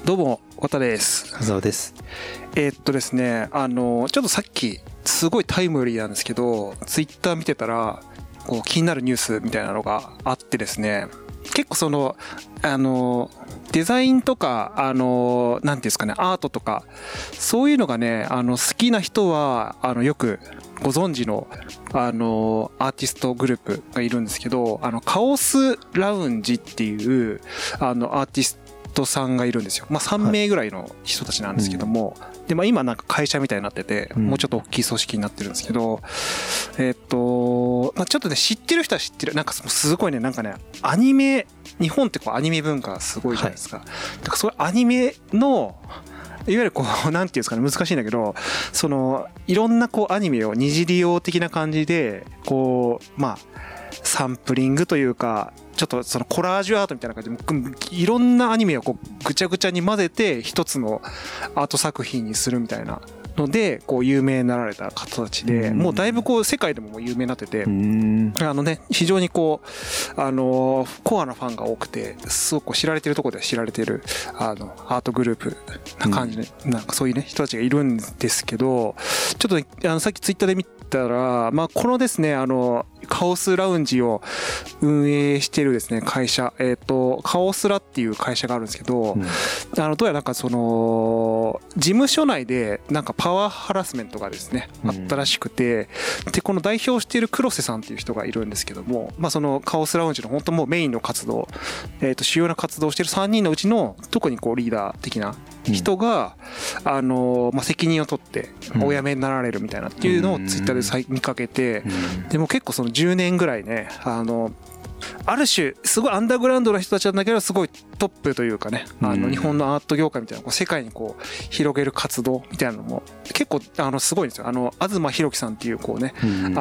どうも、わたです。 小沢です。 ですね、ちょっとさっき、すごいタイムリーなんですけど、ツイッター見てたら、こう気になるニュースみたいなのがあってですね、結構その、デザインとか、なんていうんですかね、アートとか、そういうのがね、好きな人は、よくご存知の、アーティストグループがいるんですけど、カオスラウンジっていう、アーティストさんがいるんですよ。まあ、3名ぐらいの人たちなんですけども、で、まあ、今なんか会社みたいになってて、もうちょっと大きい組織になってるんですけど、まあ、ちょっとね、知ってる人は知ってる。なんかすごいね、なんかね、アニメ、日本ってこうアニメ文化すごいじゃないですか。だからそれアニメの、いわゆるこう、なんていうんですかね、難しいんだけど、いろんなこうアニメを二次利用的な感じで、こう、まあ、サンプリングというか、ちょっとそのコラージュアートみたいな感じで、いろんなアニメをこうぐちゃぐちゃに混ぜて一つのアート作品にするみたいなので、こう有名になられた方たちで、もうだいぶこう世界でももう有名になってて、非常にこう、コアなファンが多くて、すごく知られてるところでは知られてる、アートグループな感じで、なんかそういうね、人たちがいるんですけど、ちょっとね、さっきツイッターで見たら、まあ、このですね、カオスラウンジを運営しているですね、会社、カオスラっていう会社があるんですけど、どうやらなんかその、事務所内でなんかパワーハラスメントがですね、あったらしくて、で、この代表している黒瀬さんっていう人がいるんですけども、まあ、そのカオスラウンジの本当もうメインの活動、主要な活動をしている3人のうちの、特にこうリーダー的な人が、まあ、責任を取ってお辞めになられるみたいなっていうのをツイッターで見かけて、でも結構その10年ぐらいね、ある種すごいアンダーグラウンドの人たちなんだけど、すごいトップというかね、日本のアート業界みたいなこう世界にこう広げる活動みたいなのも結構すごいんですよ。東博樹さんっていうこうね、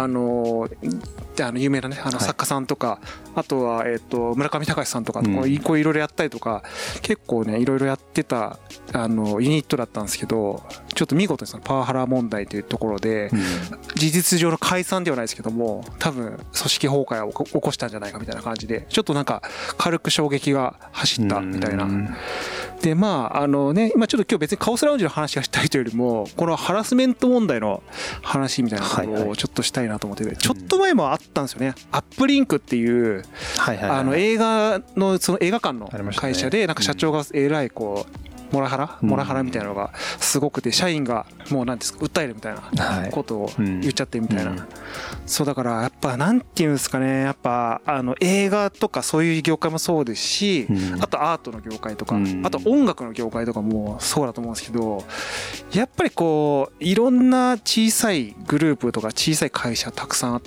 有名なね作家さんとか、あとは村上隆さんとかこういろいろやったりとか、結構ねいろいろやってたユニットだったんですけど、ちょっと見事にそのパワハラ問題というところで、事実上の解散ではないですけども、多分組織崩壊を起こしたんじゃないかみたいな感じで、ちょっとなんか軽く衝撃が走ったみたいな。で、まあね、今ちょっと今日別にカオスラウンジの話がしたいというよりも、このハラスメント問題の話みたいなところをちょっとしたいなと思ってて、ちょっと前もあったんですよね。アップリンクっていう映画のその映画館の会社で、なんか社長がえらいこうモラハラみたいなのがすごくて、社員がもう何ですか訴えるみたいなことを言っちゃってみたいな、そうだからやっぱなんていうんですかね、やっぱ映画とかそういう業界もそうですし、あとアートの業界とか、あと音楽の業界とかもそうだと思うんですけど、やっぱりこういろんな小さいグループとか小さい会社たくさんあって、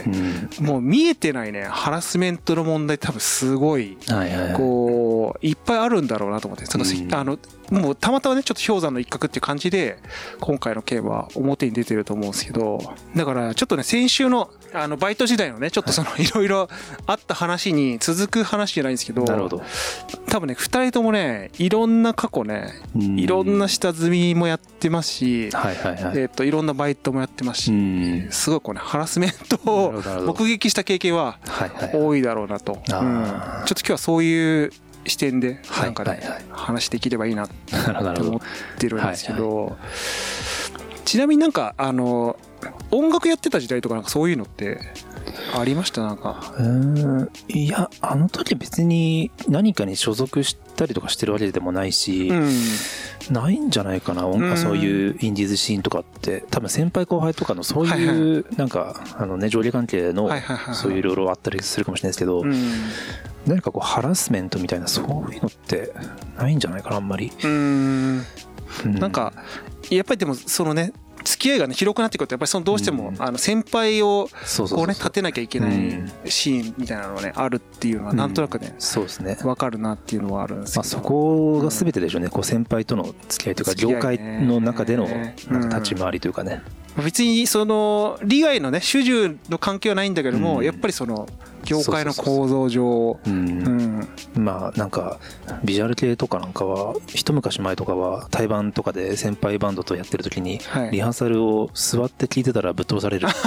もう見えてないねハラスメントの問題多分すごいこういっぱいあるんだろうなと思って、もうたまたまねちょっと氷山の一角っていう感じで今回の件は表に出てると思うんですけど、だからちょっとね先週のバイト時代のねちょっとそのいろいろあった話に続く話じゃないんですけど、多分ね2人ともねいろんな過去ねいろんな下積みもやってますし、いろんなバイトもやってますし、すごいこうねハラスメントを目撃した経験は多いだろうなと、ちょっと今日はそういう視点でなんかね話できればいいなって思ってるんですけど、ちなみになんか音楽やってた時代とかなんかそういうのってありました？なんかいや、あの時別に何かに所属したりとかしてるわけでもないし、ないんじゃないかな、そういうインディーズシーンとかって。多分先輩後輩とかのそういうなんか上下関係のそういういろいろあったりするかもしれないですけど、何かこうハラスメントみたいなそういうのってないんじゃないかな、あんまり。 なんかやっぱりでもそのね付き合いがね広くなってくると、やっぱりそのどうしても先輩をこうね立てなきゃいけないシーンみたいなのがねあるっていうのはなんとなくね分かるなっていうのはあるんですけど、 そこが全てでしょうね。こう先輩との付き合いというか業界の中でのなんか立ち回りというかね。 別にその利害のね主従の関係はないんだけども、やっぱりその業界の構造上、 まあなんかビジュアル系とかなんかは一昔前とかは対バンとかで先輩バンドとやってる時にリハーサルを座って聞いてたらぶっ飛ばされるって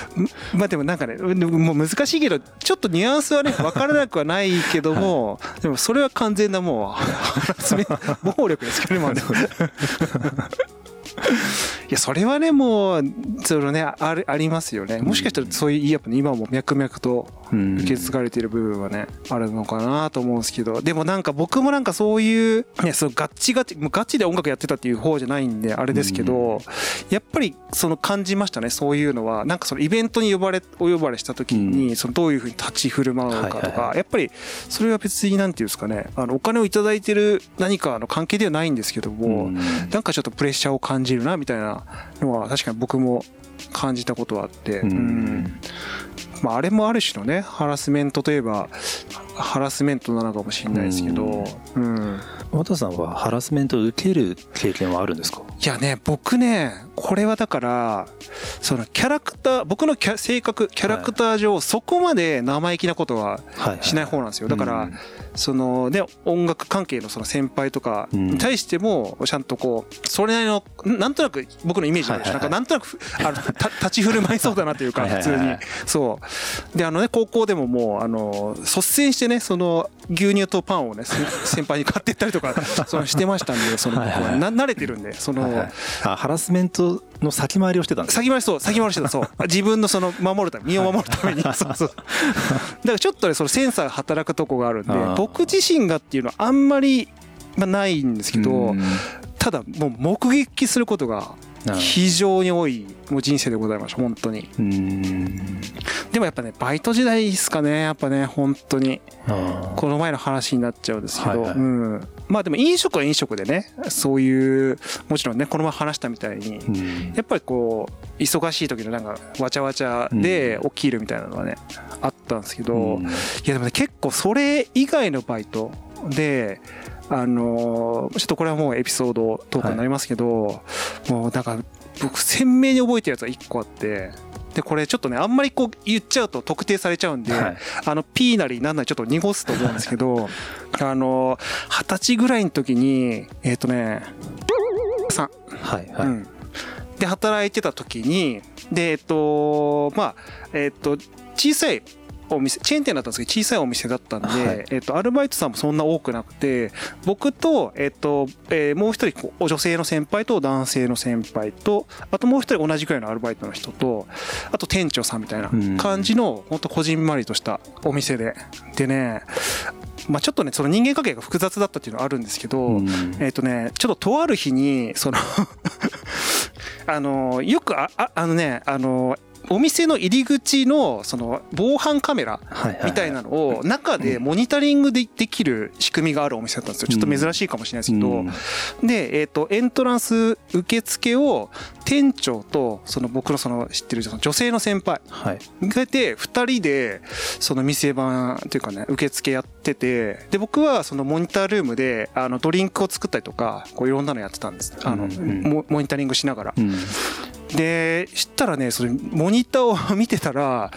まあでもなんかねもう難しいけどちょっとニュアンスはね分からなくはないけども、でもそれは完全なもう暴力ですけどね、まあねいやそれはねもうそのねありますよね。もしかしたらそういうやっぱ、ね、今も脈々と受け継がれている部分はねあるのかなと思うんですけど、でもなんか僕もなんかそういうねそのガチで音楽やってたっていう方じゃないんであれですけど、やっぱりその感じましたね。そういうのはなんかそのイベントにお呼ばれした時にそのどういうふうに立ち振る舞うかとか、やっぱりそれは別になんていうんですかね、お金をいただいてる何かの関係ではないんですけども、なんかちょっとプレッシャーを感じるなみたいなのは確かに僕も感じたことはあって、まああれもある種のねハラスメントといえばハラスメントなのかもしれないですけど、 和田さんはハラスメントを受ける経験はあるんですか？ いやね僕ねこれはだからそのキャラクター僕の性格キャラクター上そこまで生意気なことはしない方なんですよ。だからそのね音楽関係のその先輩とかに対してもちゃんとこうそれなりのなんとなく僕のイメージなんとなく立ち振る舞いそうだなというか普通にそうでね高校でももう率先してねその牛乳とパンをね先輩に買ってったりとかそのしてましたんでその僕は慣れてるんでそのハラスメントの先回りをしてたんです。 先回りしてたそう自分のその身を守るためにそうだからちょっとねそのセンサーが働くとこがあるんで僕自身がっていうのはあんまりないんですけど、ただもう目撃することが非常に多いもう人生でございました本当に。でもやっぱねバイト時代ですかねやっぱね本当にこの前の話になっちゃうんですけど、まあでも飲食は飲食でねそういうもちろんねこの前話したみたいにやっぱりこう忙しい時のなんかわちゃわちゃで起きるみたいなのはねあったんですけど、いやでもね結構それ以外のバイトでちょっとこれはもうエピソードトークになりますけど、もうなんか僕鮮明に覚えてるやつが1個あって、でこれちょっとねあんまりこう言っちゃうと特定されちゃうんで、P なりなんなりちょっと濁すと思うんですけど20歳ぐらいの時に3で働いてた時にでまあ小さいお店チェーン店だったんですけど小さいお店だったんで、アルバイトさんもそんな多くなくて僕ともう一人女性の先輩と男性の先輩とあともう一人同じくらいのアルバイトの人とあと店長さんみたいな感じの本当こじんまりとしたお店でね、まあちょっとねその人間関係が複雑だったっていうのはあるんですけど、ちょっととある日にそのよくお店の入り口のその防犯カメラみたいなのを中でモニタリングできる仕組みがあるお店だったんですよ。ちょっと珍しいかもしれないですけど、でエントランス受付を店長とその僕のその知ってる女性の先輩がいて2人でその店番というかね受付やってて、で僕はそのモニタールームでドリンクを作ったりとかこういろんなのやってたんです。モニタリングしながら。で知ったらねそれモニターを見てたら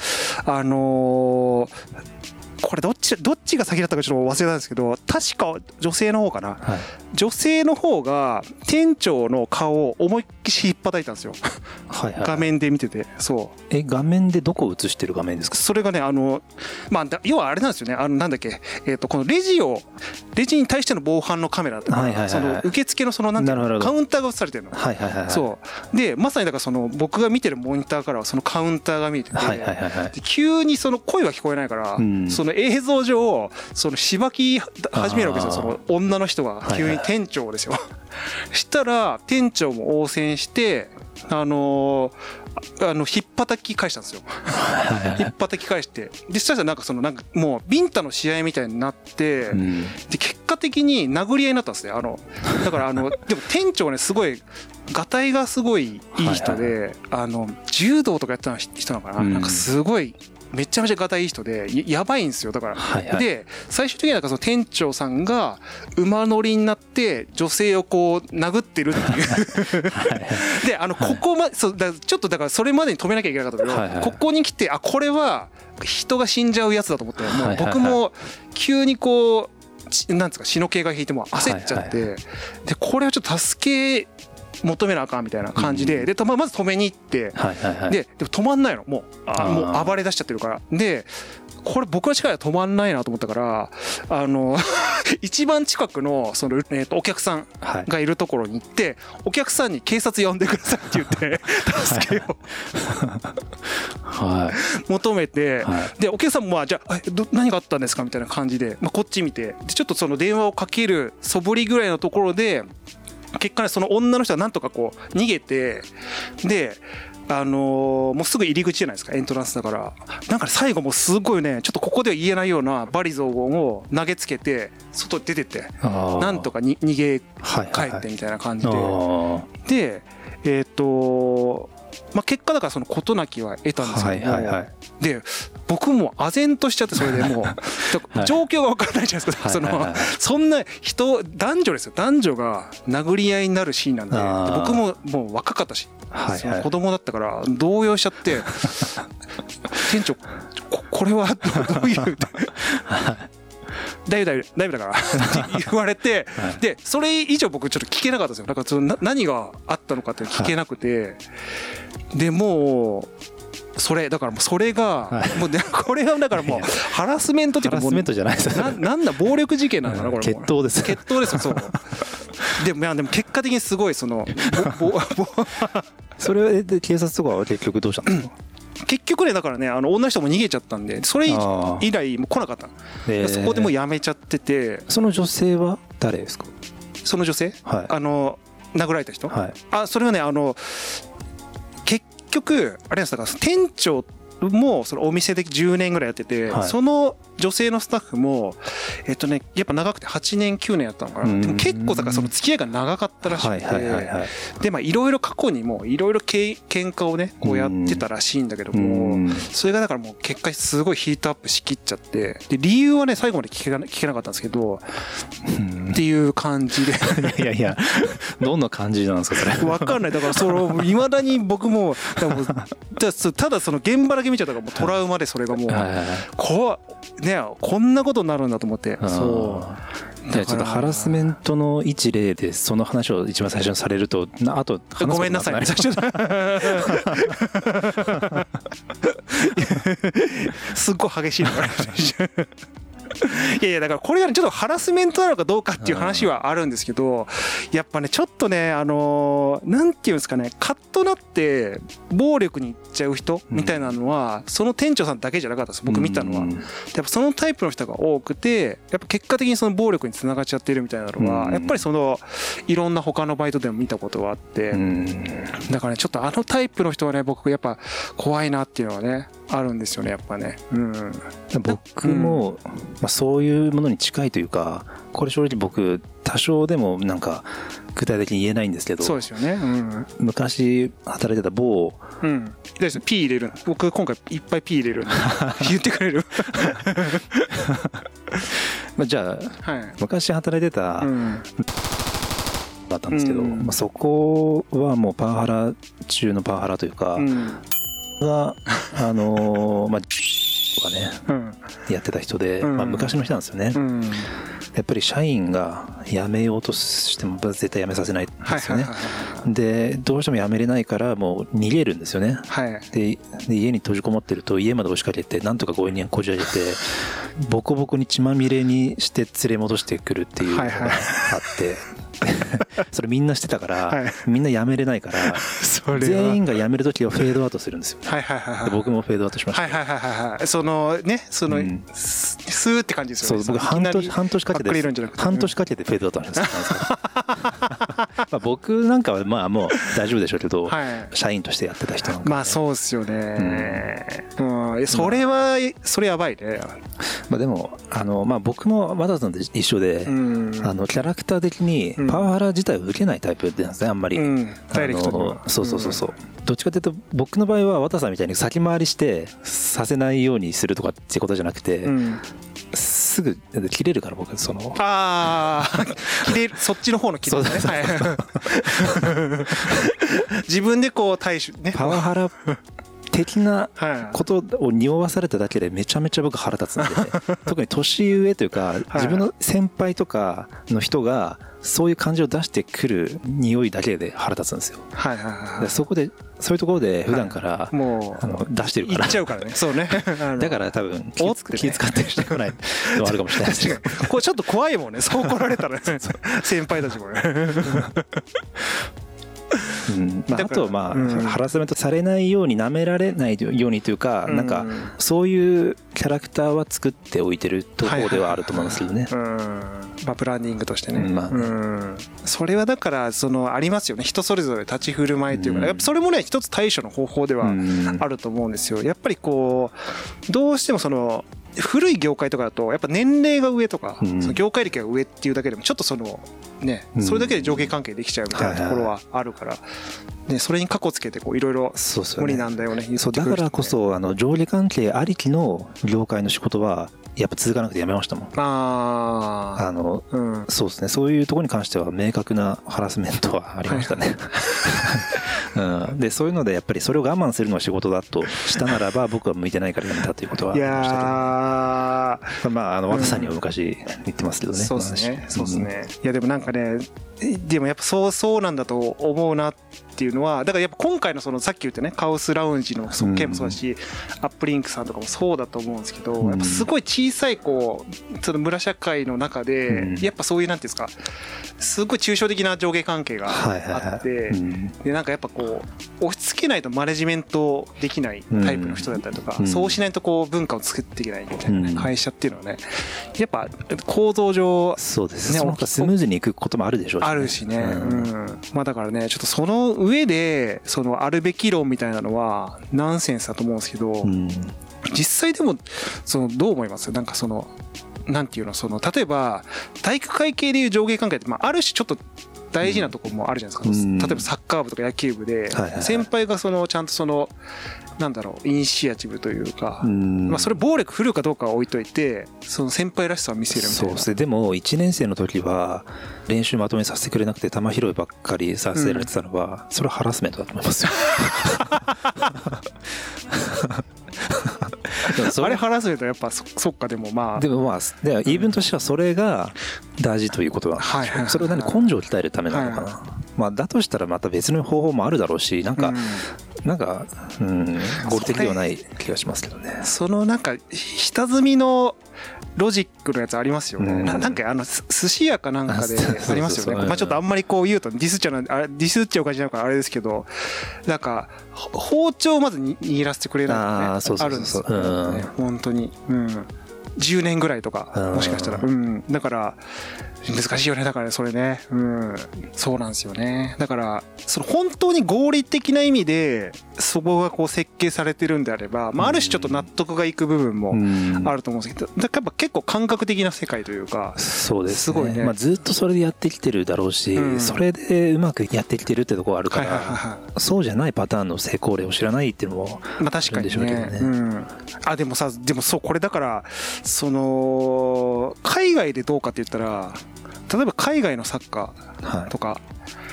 これどっちが先だったかちょっと忘れたんですけど確か女性の方かな、女性の方が店長の顔を思いっきり引っ叩いたんですよ画面で見てて。そう画面でどこを映してる画面ですか？ それがねまあ要はあれなんですよねなんだっけこのレジに対しての防犯のカメラとかその受付のそのなんていうのカウンターが映されてるの。そうでまさにだからその僕が見てるモニターからはそのカウンターが見えてて急にその声は聞こえないからその映像上そのしばき始めるわけですよ。その女の人が急に店長ですよしたら店長も応戦してひっぱたき返したんですよひっぱたき返してでそしたらなんかもうビンタの試合みたいになってで結果的に殴り合いになったんですね。だからでも店長ねすごいがたいがすごいいい人で柔道とかやってた人なのかな、なんかすごいめちゃめちゃがたいい人でやばいんですよ。だからで最終的にはその店長さんが馬乗りになって女性をこう殴ってるっていうでここまでちょっとだからそれまでに止めなきゃいけなかったけど、ここに来てこれは人が死んじゃうやつだと思って、もう僕も急にこうなんですか血の気が引いても焦っちゃって、でこれはちょっと助け求めなあかんみたいな感じで、でまず止めに行って、でも止まんないの、もう暴れ出しちゃってるから。でこれ僕の力では止まんないなと思ったから一番近くのその、お客さんがいるところに行って、お客さんに警察呼んでくださいって言って助けを求めて、でお客さんもじゃあ何があったんですかみたいな感じで、こっち見て、でちょっとその電話をかける素振りぐらいのところで、結果ねその女の人はなんとかこう逃げて、でもうすぐ入り口じゃないですか、エントランスだから。なんか最後もうすごいね、ちょっとここでは言えないような罵詈雑言を投げつけて外に出てって、なんとか逃げ帰ってみたいな感じで、で結果だからその事なきは得たんですけども、で僕も唖然としちゃって、それでもう状況が分からないじゃないですか。そんな男女ですよ、男女が殴り合いになるシーンなんで、僕ももう若かったし、子供だったから動揺しちゃって店長これはどういう大丈夫だからって言われて、でそれ以上僕ちょっと聞けなかったんですよ。なんかその何があったのかって聞けなくて、でもうそれだからもうそれがもうこれはだからもうハラスメントっていうか、 ハラスメントじゃないですよ、 なんだ暴力事件なんだなこれ。 決闘ですよ。そうでも結果的にすごいそのそれで警察とかは結局どうしたんですか？ 結局ねだからね女の人も逃げちゃったんで、それ以来もう来なかった、そこでもうやめちゃってて。 その女性は誰ですか？ その女性、殴られた人、それはね結局あれなんです、だから店長もそのお店で10年ぐらいやってて、その女性のスタッフもやっぱ長くて8年9年やったのかな。でも結構だからその付き合いが長かったらしくて、でいろいろ過去にもいろいろ喧嘩をねこうやってたらしいんだけども、それがだからもう結果すごいヒートアップしきっちゃって、で理由はね最後まで聞けなかったんですけど、っていう感じでいやどんな感じなんですかそれ。 分かんない。だからそのいまだに僕もただその現場だけ見ちゃったからもうトラウマで、それがもうこんなことになるんだと思って。 じゃあちょっとハラスメントの一例でその話を一番最初にされると、あとごめんなさいすっごい激しいのかいやだからこれがねちょっとハラスメントなのかどうかっていう話はあるんですけど、やっぱねちょっとねなんていうんですかね、カッとなって暴力にいっちゃう人みたいなのはその店長さんだけじゃなかったです、僕見たのは。やっぱそのタイプの人が多くて、やっぱ結果的にその暴力につながっちゃってるみたいなのはやっぱりそのいろんな他のバイトでも見たことがあって、だからねちょっとタイプの人はね僕やっぱ怖いなっていうのはねあるんですよね、やっぱね。 僕もそういうものに近いというか、これ正直僕多少でもなんか具体的に言えないんですけど、 そうですよね、 昔働いてた某、 ピー入れる、僕今回いっぱいピー入れる言ってくれるじゃあ、昔働いてた、だったんですけど、そこはもうパワハラ中のパワハラというか、がとかね、やってた人で、昔の人なんですよね。やっぱり社員が辞めようとしても絶対辞めさせないんですよね。でどうしても辞めれないからもう逃げるんですよね。で家に閉じこもってると家まで押しかけてなんとか強引にこじ開けてボコボコに血まみれにして連れ戻してくるっていうのがあってそれみんなしてたから、みんな辞めれないから全員が辞めるときはフェードアウトするんですよ。僕もフェードアウトしました。 そのねスーって感じですよね。 僕半年かけてフェードアウトなんですけど僕なんかはまあもう大丈夫でしょうけど、社員としてやってた人なんかそうですよね。それやばいね。 でも僕もわざわざ一緒で、キャラクター的にパワハラ自体を受けないタイプなんですね、あんまり。 ダイレクトに。 そうどっちかというと僕の場合は渡さんみたいに先回りしてさせないようにするとかっていうことじゃなくて、すぐ切れるから僕切れる、そっちの方の切れるね。自分でこう対処ね。パワハラ的なことを匂わされただけでめちゃめちゃ僕腹立つんで特に年上というか自分の先輩とかの人がそういう感じを出してくる匂いだけで腹立つんですよ。そこでそういうところで普段からもう出してるから言っちゃうからね。そうねだから多分気使ってしてこないのはあるかもしれないですけどこれちょっと怖いもんね、そう来られたら先輩たちもねあとハラスメントされないように、なめられないようにというか、なんかそういうキャラクターは作っておいてるところではあると思いますけどね。 プランニングとしてね。それはだからありますよね、人それぞれ立ち振る舞いというか、やっぱそれもね一つ対処の方法ではあると思うんですよ。やっぱりこうどうしても古い業界とかだとやっぱ年齢が上とか、その業界歴が上っていうだけでもちょっとそれだけで上下関係できちゃうみたいなところはあるから、それに過去つけていろいろ無理なんだよね。 だからこそ上下関係ありきの業界の仕事はやっぱ続かなくてやめましたもん。そうですね、そういうところに関しては明確なハラスメントはありましたねでそういうのでやっぱりそれを我慢するのが仕事だとしたならば僕は向いてないからやめたということはありましたけど、和田さんには昔言ってますけどね。 そうですね。いやでもなんかね、でもやっぱそうなんだと思うなっていうのは、だからやっぱ今回のさっき言ったねカオスラウンジの件もそうだし、アップリンクさんとかもそうだと思うんですけど、やっぱすごい小さい村社会の中でやっぱそういうなんていうんですか、すごい抽象的な上下関係があって、でなんかやっぱ押し付けないとマネジメントできないタイプの人だったりとか、そうしないと文化を作っていけないみたいな会社っていうのはね、やっぱ構造上そうですね、スムーズにいくこともあるでしょうしね。 あるしね、だからねちょっとその上であるべき論みたいなのはナンセンスだと思うんですけど、実際でもどう思います？なんかなんていうの、例えば体育会系でいう上下関係って、ある種ちょっと大事なところもあるじゃないですか。例えばサッカー部とか野球部で先輩がちゃんとなんだろうイニシアチブというか、それ暴力振るうかどうかは置いといて先輩らしさを見せるみたいな。 そうですね。でも1年生の時は練習まとめさせてくれなくて球拾いばっかりさせられてたのは、それはハラスメントだと思いますよあれハラスメントやっぱそっか。でも言い分としてはそれが大事ということは、それは根性を鍛えるためなのかな。だとしたらまた別の方法もあるだろうし、なんか合理的ではない気がしますけどね。 なんか下積みのロジックのやつありますよね。なんか寿司屋かなんかでありますよね。ちょっとあんまり言うとディスっちゃう感じなのかあれですけど、なんか包丁をまず握らせてくれないのねあるんですよね。本当に10年ぐらいとかもしかしたら、だから難しいよね。だからそれね、そうなんですよね。だから本当に合理的な意味でそこが設計されてるんであれば、ある種ちょっと納得がいく部分もあると思うんですけど、やっぱ結構感覚的な世界というか、 そうですね、すごいね。ずっとそれでやってきてるだろうし、それでうまくやってきてるってところあるから、そうじゃないパターンの成功例を知らないっていうのも確かにね。でもそうこれだから海外でどうかって言ったら、例えば海外のサッカーとか、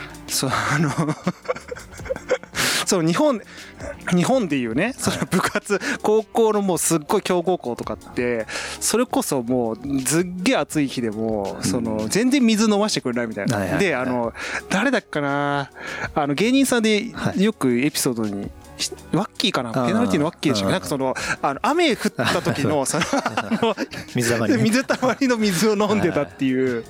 日本でいうね、部活高校のもうすっごい強豪校とかって、それこそもうずっげえ暑い日でも全然水飲ましてくれないみたいな。で誰だっけかな、芸人さんでよくエピソードにワッキーかな、ペナルティーのワッキーでしょ。なんか雨降った時の水たまりの水を飲んでたっていう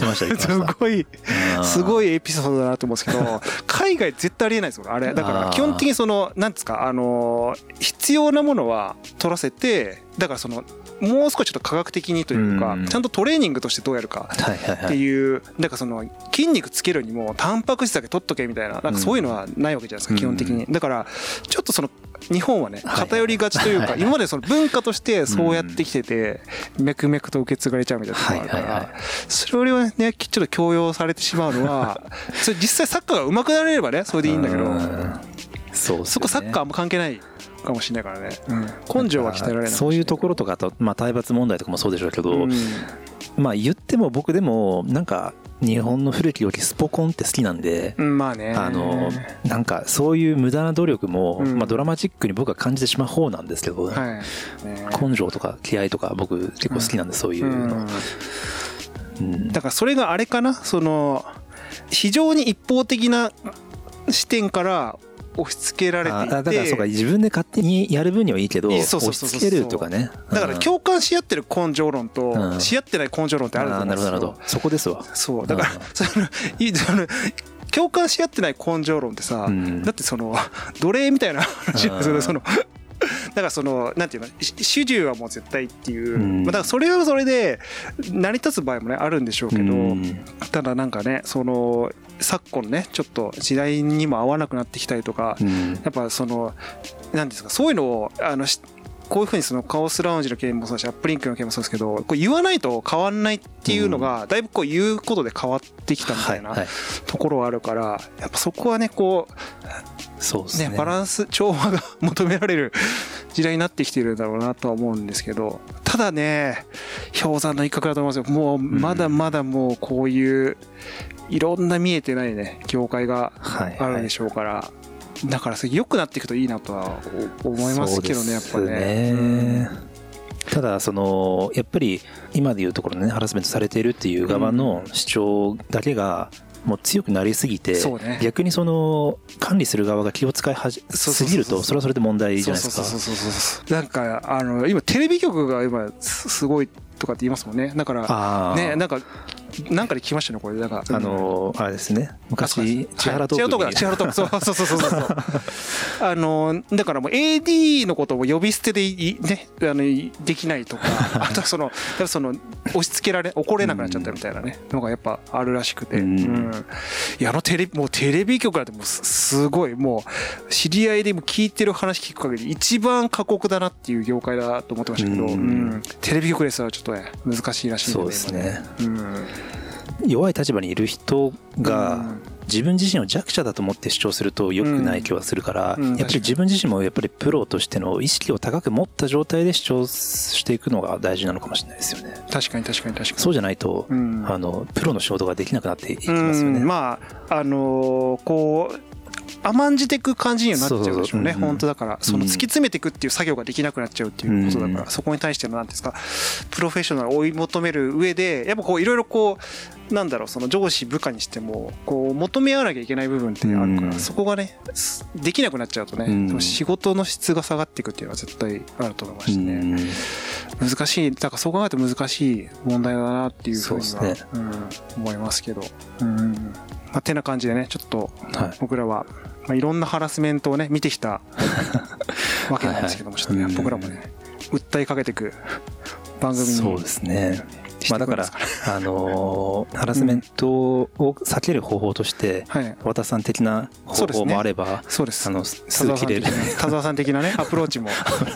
すごいエピソードだなと思うんですけど、海外絶対ありえないですよあれ。だから基本的になんですか、必要なものは取らせて、だからもう少しちょっと科学的にというか、ちゃんとトレーニングとしてどうやるかっていう、なんか筋肉つけるにもタンパク質だけ取っとけみたいな、なんかそういうのはないわけじゃないですか基本的に。だからちょっと日本はね偏りがちというか、今まで文化としてそうやってきてて脈々と受け継がれちゃうみたいなところがあるから、それをねちょっと強要されてしまうのは、それ実際サッカーが上手くなれればねそれでいいんだけど、そこサッカーあんま関係ないかもしれないからね、根性は鍛えられない。 そういうところとか、あと体罰問題とかもそうでしょうけど、言っても僕でもなんか日本の古き良きスポコンって好きなんで、 まあね、 なんかそういう無駄な努力も、 うんまあ、ドラマチックに僕は感じてしまう方なんですけど、 はいね、 根性とか気合とか僕結構好きなんで、そういうの、 だからそれがあれかな、その非常に一方的な視点から押し付けられていて、 だからそうか、自分で勝手にやる分にはいいけど押し付けるとかね、 だから共感し合ってる根性論とし合ってない根性論ってあると思うんですよ。 なるほど、そこですわ。 そうだからその共感し合ってない根性論ってさ、だってその奴隷みたいな話ですよ、そのだからそのなんていうの、主従はもう絶対っていう、だからそれはそれで成り立つ場合もねあるんでしょうけど、ただなんかね、その昨今ねちょっと時代にも合わなくなってきたりとか、やっぱそのなんですか、そういうのをこういうふうにそのカオスラウンジの件もそうだし、アップリンクの件もそうですけど、こう言わないと変わんないっていうのがだいぶこう言うことで変わってきたみたいなところはあるから、やっぱそこはねこうそうですね、 バランス調和が求められる時代になってきてるんだろうなとは思うんですけど、ただね氷山の一角だと思いますよ。もうまだまだもうこういういろんな見えてないね業界があるでしょうから、だからそれ良くなっていくといいなとは思いますけどね、やっぱね。 ただそのやっぱり今でいうところのね、ハラスメントされているっていう側の主張だけがもう強くなりすぎて、逆にその管理する側が気を使いすぎると、それはそれで問題じゃないですか。 なんか今テレビ局が今すごいとかって言いますもんね。だからね、なんかで聞きましたねこれ。なんかあれですね、昔千原トークそうだからもう AD のことを呼び捨てでねできないとか、あとその押し付けられ怒れなくなっちゃったみたいなねのがやっぱあるらしくて、いやもうテレビ局だってもうすごい、もう知り合いでも聞いてる話聞く限り一番過酷だなっていう業界だと思ってましたけど、テレビ局ですらちょっとね難しいらしいんでね。 そうですね。弱い立場にいる人が自分自身を弱者だと思って主張すると良くない気はするから、やっぱり自分自身もやっぱりプロとしての意識を高く持った状態で主張していくのが大事なのかもしれないですよね。 確かにそうじゃないと、プロの仕事ができなくなっていきますよね。 まあこう甘んじていく感じにはなっちゃうでしょうね。本当だからその突き詰めていくっていう作業ができなくなっちゃうっていうことだから、そこに対してのなんですか、プロフェッショナルを追い求める上でやっぱこういろいろこうなんだろう、その上司部下にしてもこう求め合わなきゃいけない部分ってあるから、そこがねできなくなっちゃうとね、仕事の質が下がっていくっていうのは絶対あると思いましてね。難しい、だからそう考えて難しい問題だなっていうふうには思いますけど、てな感じでね、ちょっと僕らは、いろんなハラスメントをね見てきたわけなんですけども、ちょっとね僕らもね訴えかけていく番組に。 そうですね。だからハラスメントを避ける方法として和田さん的な方法もあれば、すぐ切れる田沢さん的なねアプローチも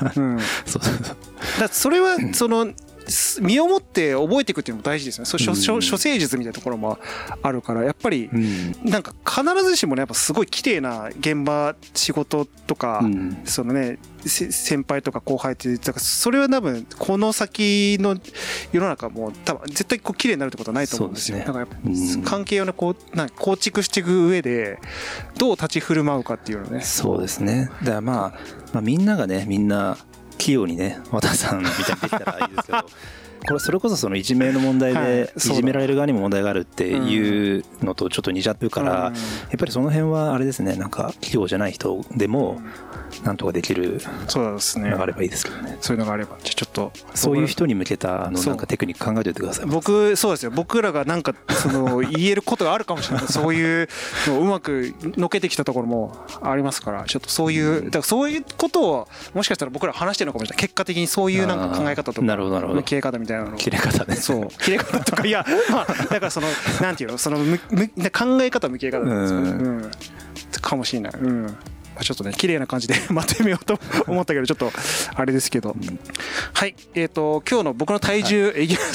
だそれはその身をもって覚えていくっていうのも大事ですよね。処世術みたいなところもあるから、やっぱりなんか必ずしもねやっぱすごい綺麗な現場仕事とか、そのね先輩とか後輩ってだからそれは多分この先の世の中も多分絶対こう綺麗になるってことはないと思うんですよ。だからやっぱ関係をねこう構築していく上でどう立ち振る舞うかっていうのね。 そうですね。だからまあみんながねみんな器用にね和田さんみたいにできたらいいですけどこれそれこそそのいじめの問題でいじめられる側にも問題があるっていうのとちょっと似ちゃってるから、やっぱりその辺はあれですね、なんか器用じゃない人でもなんとかできるのがあればいいですけどね。 そういうのがあればちょっとそういう人に向けたなんかテクニック考えておいてください。 そうですよ。僕らがなんかその言えることがあるかもしれないそういうのをうまくのけてきたところもありますから、ちょっとそういうだからそういうことをもしかしたら僕ら話してるのかもしれない。結果的にそういうなんか考え方とか向き合い方みたいなの、 切れ方ね。 そう切れ方とか、いやまあだからそのなんていうの、その考え方向き合い方なんですけど、かもしれない。ちょっとね綺麗な感じでまとめようと思ったけどちょっとあれですけど、はい、今日の僕の体重いきます。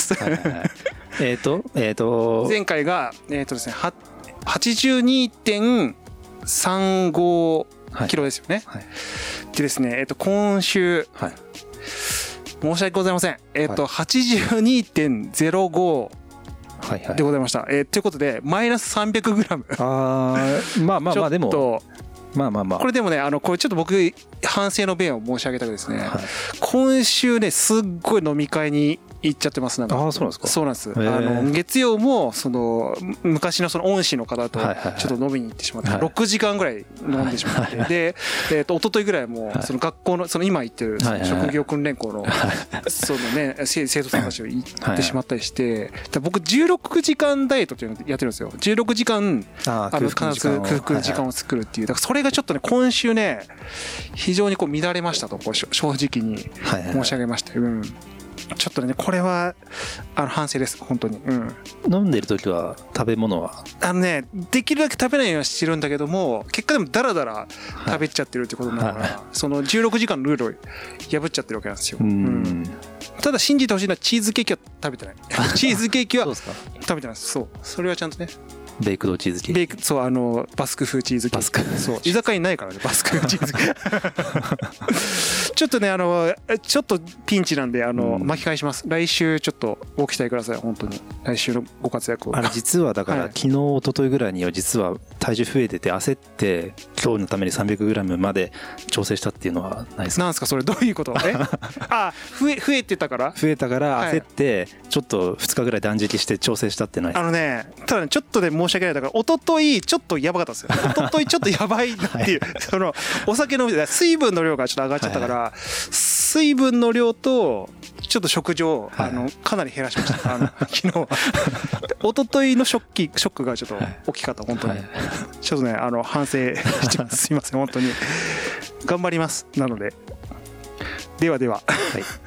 前回がですね82.35 キロですよね。でですね今週申し訳ございません。82.05 はいはい。 でございました。ということで、マイナス 300g。 まあまあまあ、でも、まあまあまあ。 これでもね、これちょっと僕、反省の弁を申し上げたくですね、 はい、 今週ね、すっごい飲み会に行っちゃってます。なんか、 ああ、そうなんですか。 そうなんです。月曜も、昔のその恩師の方と、ちょっと飲みに行ってしまって、6時間ぐらい飲んでしまって、で、一昨日ぐらいも、その学校の、今行ってる職業訓練校の、そのね、生徒さんたちを行ってしまったりして、僕、16時間ダイエットっていうのをやってるんですよ。16時間、必ず空腹時間を作るっていう。だからそれがちょっとね、今週ね、非常にこう乱れましたと、正直に申し上げました。ちょっとね、これは反省です、本当に。 飲んでる時は食べ物はできるだけ食べないようにしてるんだけども、結果でもダラダラ食べちゃってるってことになるから、その16時間のルールを破っちゃってるわけなんですよ。ただ信じてほしいのはチーズケーキは食べてない。チーズケーキは食べてないです。そう、それはちゃんとね。 ベイクドチーズケーキ。 そう、バスク風チーズケーキ。そう、居酒屋にないからね、バスク風チーズケーキ。ちょっとね、ちょっとピンチなんで、巻き返します。来週ちょっとご期待ください、本当に。来週のご活躍を。 実はだから、昨日、一昨日ぐらいには実は体重増えてて、焦って、今日のために 300g まで調整したっていうのはないですか？ なんですか、それ、どういうこと？増えてたから？ 増えたから焦って、ちょっと2日ぐらい断食して調整したってないですか？ ただね、ちょっとで申し訳ない。だから、一昨日ちょっとやばかったですよ。一昨日ちょっとやばいなっていう、お酒飲みで、水分の量がちょっと上がっちゃったから、水分の量と、ちょっと食事を、かなり減らしました。昨日は。一昨日のショックがちょっと大きかった、本当に。ちょっとね、反省してます。すいません、本当に。頑張ります。なので。ではでは。